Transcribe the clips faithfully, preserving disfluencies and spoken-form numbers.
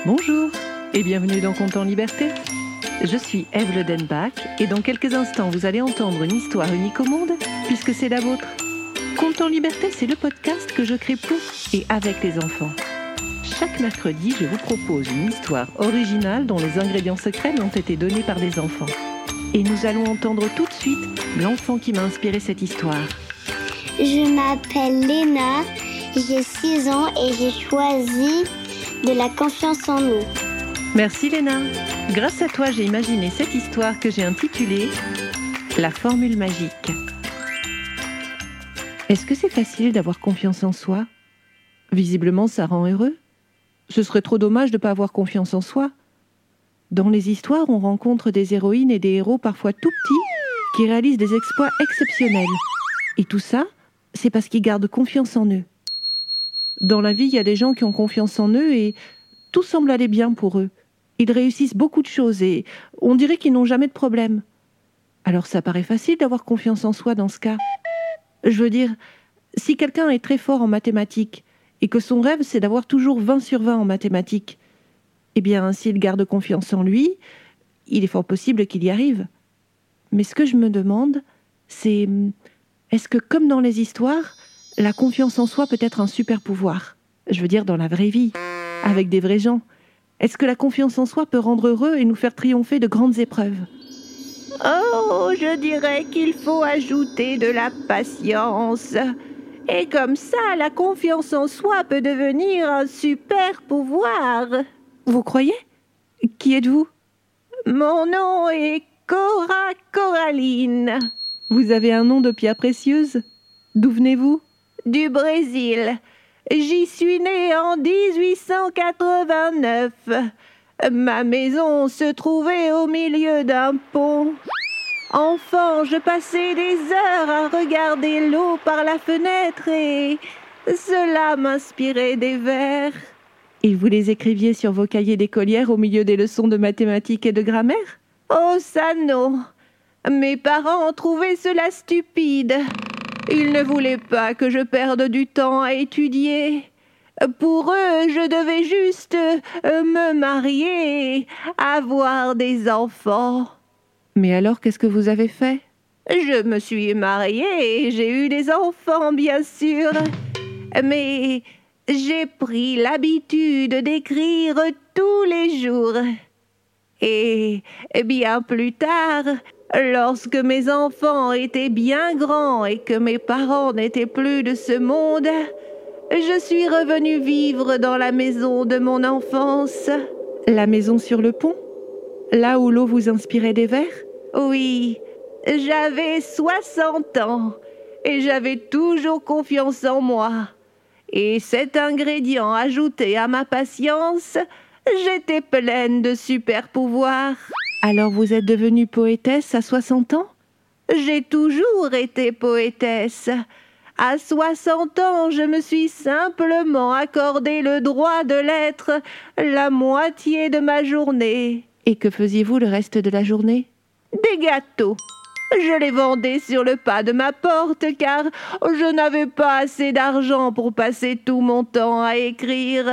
Bonjour et bienvenue dans Contes en Liberté. Je suis Ève Le Denbach et dans quelques instants vous allez entendre une histoire unique au monde puisque c'est la vôtre. Contes en Liberté, c'est le podcast que je crée pour et avec les enfants. Chaque mercredi, je vous propose une histoire originale dont les ingrédients secrets m'ont été donnés par des enfants. Et nous allons entendre tout de suite l'enfant qui m'a inspiré cette histoire. Je m'appelle Léna, j'ai six ans et j'ai choisi de la confiance en nous. Merci Léna. Grâce à toi, j'ai imaginé cette histoire que j'ai intitulée « La formule magique ». Est-ce que c'est facile d'avoir confiance en soi ? Visiblement, ça rend heureux. Ce serait trop dommage de ne pas avoir confiance en soi. Dans les histoires, on rencontre des héroïnes et des héros parfois tout petits qui réalisent des exploits exceptionnels. Et tout ça, c'est parce qu'ils gardent confiance en eux. Dans la vie, il y a des gens qui ont confiance en eux et tout semble aller bien pour eux. Ils réussissent beaucoup de choses et on dirait qu'ils n'ont jamais de problème. Alors ça paraît facile d'avoir confiance en soi dans ce cas. Je veux dire, si quelqu'un est très fort en mathématiques et que son rêve c'est d'avoir toujours vingt sur vingt en mathématiques, eh bien s'il garde confiance en lui, il est fort possible qu'il y arrive. Mais ce que je me demande, c'est est-ce que comme dans les histoires, la confiance en soi peut être un super pouvoir ? Je veux dire dans la vraie vie, avec des vrais gens. Est-ce que la confiance en soi peut rendre heureux et nous faire triompher de grandes épreuves ? Oh, je dirais qu'il faut ajouter de la patience. Et comme ça, la confiance en soi peut devenir un super pouvoir. Vous croyez ? Qui êtes-vous ? Mon nom est Cora Coraline. Vous avez un nom de pierre précieuse ? D'où venez-vous ? Du Brésil. J'y suis née en dix-huit cent quatre-vingt-neuf. Ma maison se trouvait au milieu d'un pont. Enfant, je passais des heures à regarder l'eau par la fenêtre et cela m'inspirait des vers. Et vous les écriviez sur vos cahiers d'écolière au milieu des leçons de mathématiques et de grammaire ? Oh ça non. Mes parents trouvaient cela stupide. Ils ne voulaient pas que je perde du temps à étudier. Pour eux, je devais juste me marier et avoir des enfants. Mais alors, qu'est-ce que vous avez fait ? Je me suis mariée et j'ai eu des enfants, bien sûr. Mais j'ai pris l'habitude d'écrire tous les jours. Et bien plus tard, lorsque mes enfants étaient bien grands et que mes parents n'étaient plus de ce monde, je suis revenue vivre dans la maison de mon enfance. La maison sur le pont ? Là où l'eau vous inspirait des vers ? Oui, j'avais soixante ans et j'avais toujours confiance en moi. Et cet ingrédient ajouté à ma patience, j'étais pleine de super pouvoirs. Alors vous êtes devenue poétesse à soixante ans ? J'ai toujours été poétesse. À soixante ans, je me suis simplement accordé le droit de l'être la moitié de ma journée. Et que faisiez-vous le reste de la journée ? Des gâteaux. Je les vendais sur le pas de ma porte car je n'avais pas assez d'argent pour passer tout mon temps à écrire.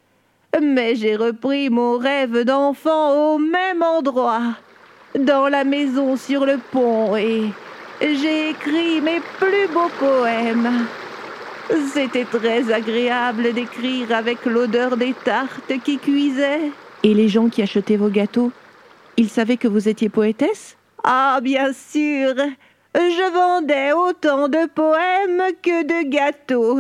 Mais j'ai repris mon rêve d'enfant au même endroit, dans la maison sur le pont, et j'ai écrit mes plus beaux poèmes. C'était très agréable d'écrire avec l'odeur des tartes qui cuisaient. Et les gens qui achetaient vos gâteaux, ils savaient que vous étiez poétesse ? Ah, bien sûr. Je vendais autant de poèmes que de gâteaux.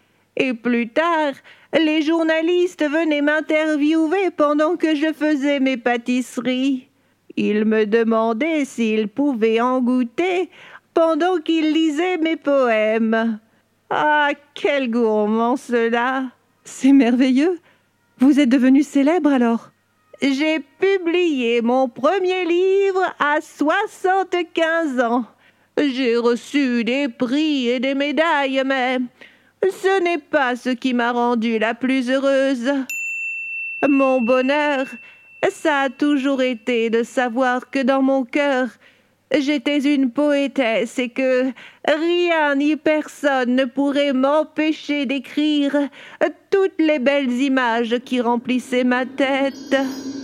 Et plus tard, les journalistes venaient m'interviewer pendant que je faisais mes pâtisseries. Ils me demandaient s'ils pouvaient en goûter pendant qu'ils lisaient mes poèmes. Ah, quel gourmand cela! C'est merveilleux! Vous êtes devenu célèbre alors? J'ai publié mon premier livre à soixante-quinze ans. J'ai reçu des prix et des médailles, mais ce n'est pas ce qui m'a rendue la plus heureuse. Mon bonheur, ça a toujours été de savoir que dans mon cœur, j'étais une poétesse et que rien ni personne ne pourrait m'empêcher d'écrire toutes les belles images qui remplissaient ma tête.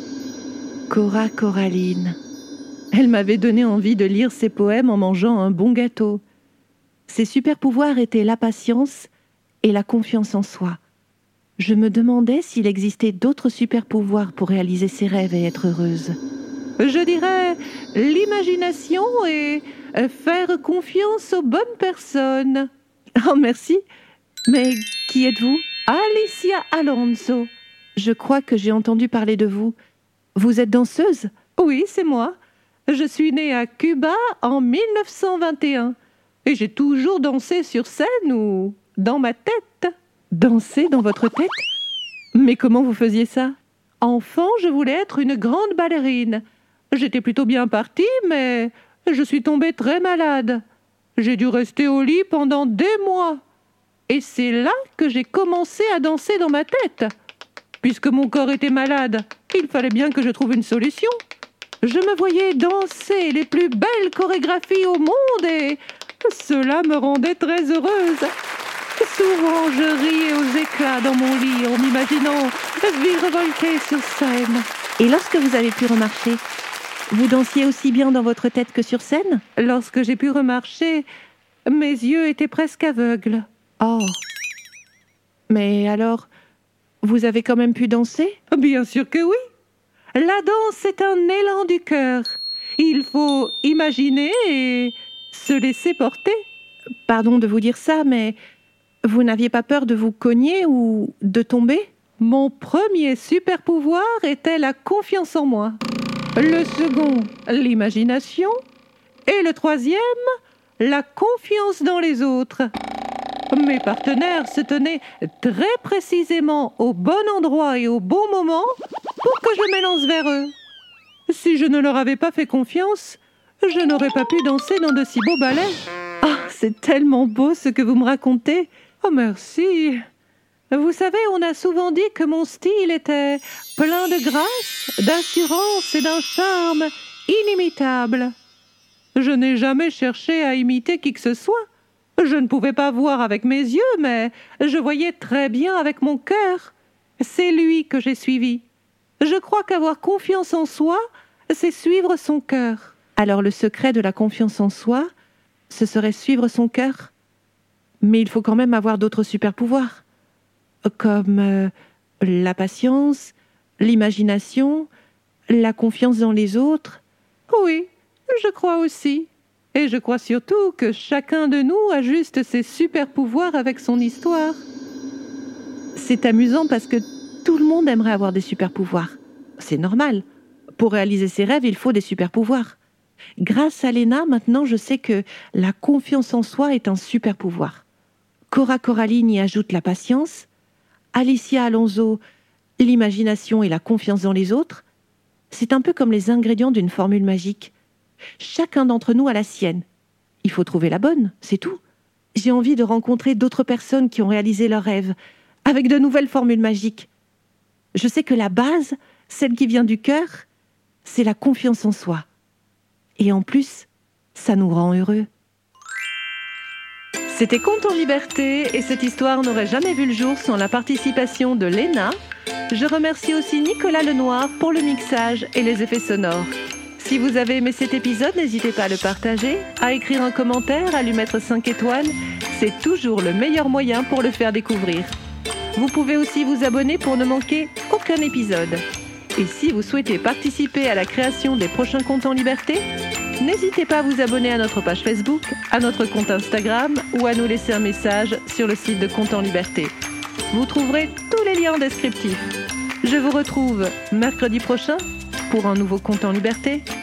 Cora Coraline. Elle m'avait donné envie de lire ses poèmes en mangeant un bon gâteau. Ses super-pouvoirs étaient la patience et la confiance en soi. Je me demandais s'il existait d'autres super-pouvoirs pour réaliser ses rêves et être heureuse. Je dirais l'imagination et faire confiance aux bonnes personnes. Oh, merci. Mais qui êtes-vous? Alicia Alonso. Je crois que j'ai entendu parler de vous. Vous êtes danseuse? Oui, c'est moi. Je suis née à Cuba en mille neuf cent vingt et un. Et j'ai toujours dansé sur scène ou dans ma tête. Danser dans votre tête? Mais comment vous faisiez ça? Enfant, je voulais être une grande ballerine. J'étais plutôt bien partie, mais je suis tombée très malade. J'ai dû rester au lit pendant des mois. Et c'est là que j'ai commencé à danser dans ma tête. Puisque mon corps était malade, il fallait bien que je trouve une solution. Je me voyais danser les plus belles chorégraphies au monde et cela me rendait très heureuse. Souvent, je riais aux éclats dans mon lit en m'imaginant virevolter sur scène. Et lorsque vous avez pu remarcher, vous dansiez aussi bien dans votre tête que sur scène? Lorsque j'ai pu remarcher, mes yeux étaient presque aveugles. Oh. Mais alors, vous avez quand même pu danser? Bien sûr que oui. La danse est un élan du cœur. Il faut imaginer et se laisser porter. Pardon de vous dire ça, mais vous n'aviez pas peur de vous cogner ou de tomber? Mon premier super pouvoir était la confiance en moi. Le second, l'imagination. Et le troisième, la confiance dans les autres. Mes partenaires se tenaient très précisément au bon endroit et au bon moment pour que je m'élance vers eux. Si je ne leur avais pas fait confiance, je n'aurais pas pu danser dans de si beaux ballets. Ah, c'est tellement beau ce que vous me racontez. Oh, merci. Vous savez, on a souvent dit que mon style était plein de grâce, d'assurance et d'un charme inimitable. Je n'ai jamais cherché à imiter qui que ce soit. Je ne pouvais pas voir avec mes yeux, mais je voyais très bien avec mon cœur. C'est lui que j'ai suivi. Je crois qu'avoir confiance en soi, c'est suivre son cœur. Alors le secret de la confiance en soi, ce serait suivre son cœur? Mais il faut quand même avoir d'autres super-pouvoirs, comme euh, la patience, l'imagination, la confiance dans les autres. Oui, je crois aussi. Et je crois surtout que chacun de nous ajuste ses super-pouvoirs avec son histoire. C'est amusant parce que tout le monde aimerait avoir des super-pouvoirs. C'est normal. Pour réaliser ses rêves, il faut des super-pouvoirs. Grâce à Léna, maintenant, je sais que la confiance en soi est un super-pouvoir. Cora Coraline y ajoute la patience. Alicia Alonso, l'imagination et la confiance dans les autres. C'est un peu comme les ingrédients d'une formule magique. Chacun d'entre nous a la sienne. Il faut trouver la bonne, c'est tout. J'ai envie de rencontrer d'autres personnes qui ont réalisé leurs rêves, avec de nouvelles formules magiques. Je sais que la base, celle qui vient du cœur, c'est la confiance en soi. Et en plus, ça nous rend heureux. C'était Contes en liberté et cette histoire n'aurait jamais vu le jour sans la participation de Léna. Je remercie aussi Nicolas Lenoir pour le mixage et les effets sonores. Si vous avez aimé cet épisode, n'hésitez pas à le partager, à écrire un commentaire, à lui mettre cinq étoiles. C'est toujours le meilleur moyen pour le faire découvrir. Vous pouvez aussi vous abonner pour ne manquer aucun épisode. Et si vous souhaitez participer à la création des prochains Contes en liberté, n'hésitez pas à vous abonner à notre page Facebook, à notre compte Instagram ou à nous laisser un message sur le site de Contes en liberté. Vous trouverez tous les liens en descriptif. Je vous retrouve mercredi prochain pour un nouveau Contes en liberté.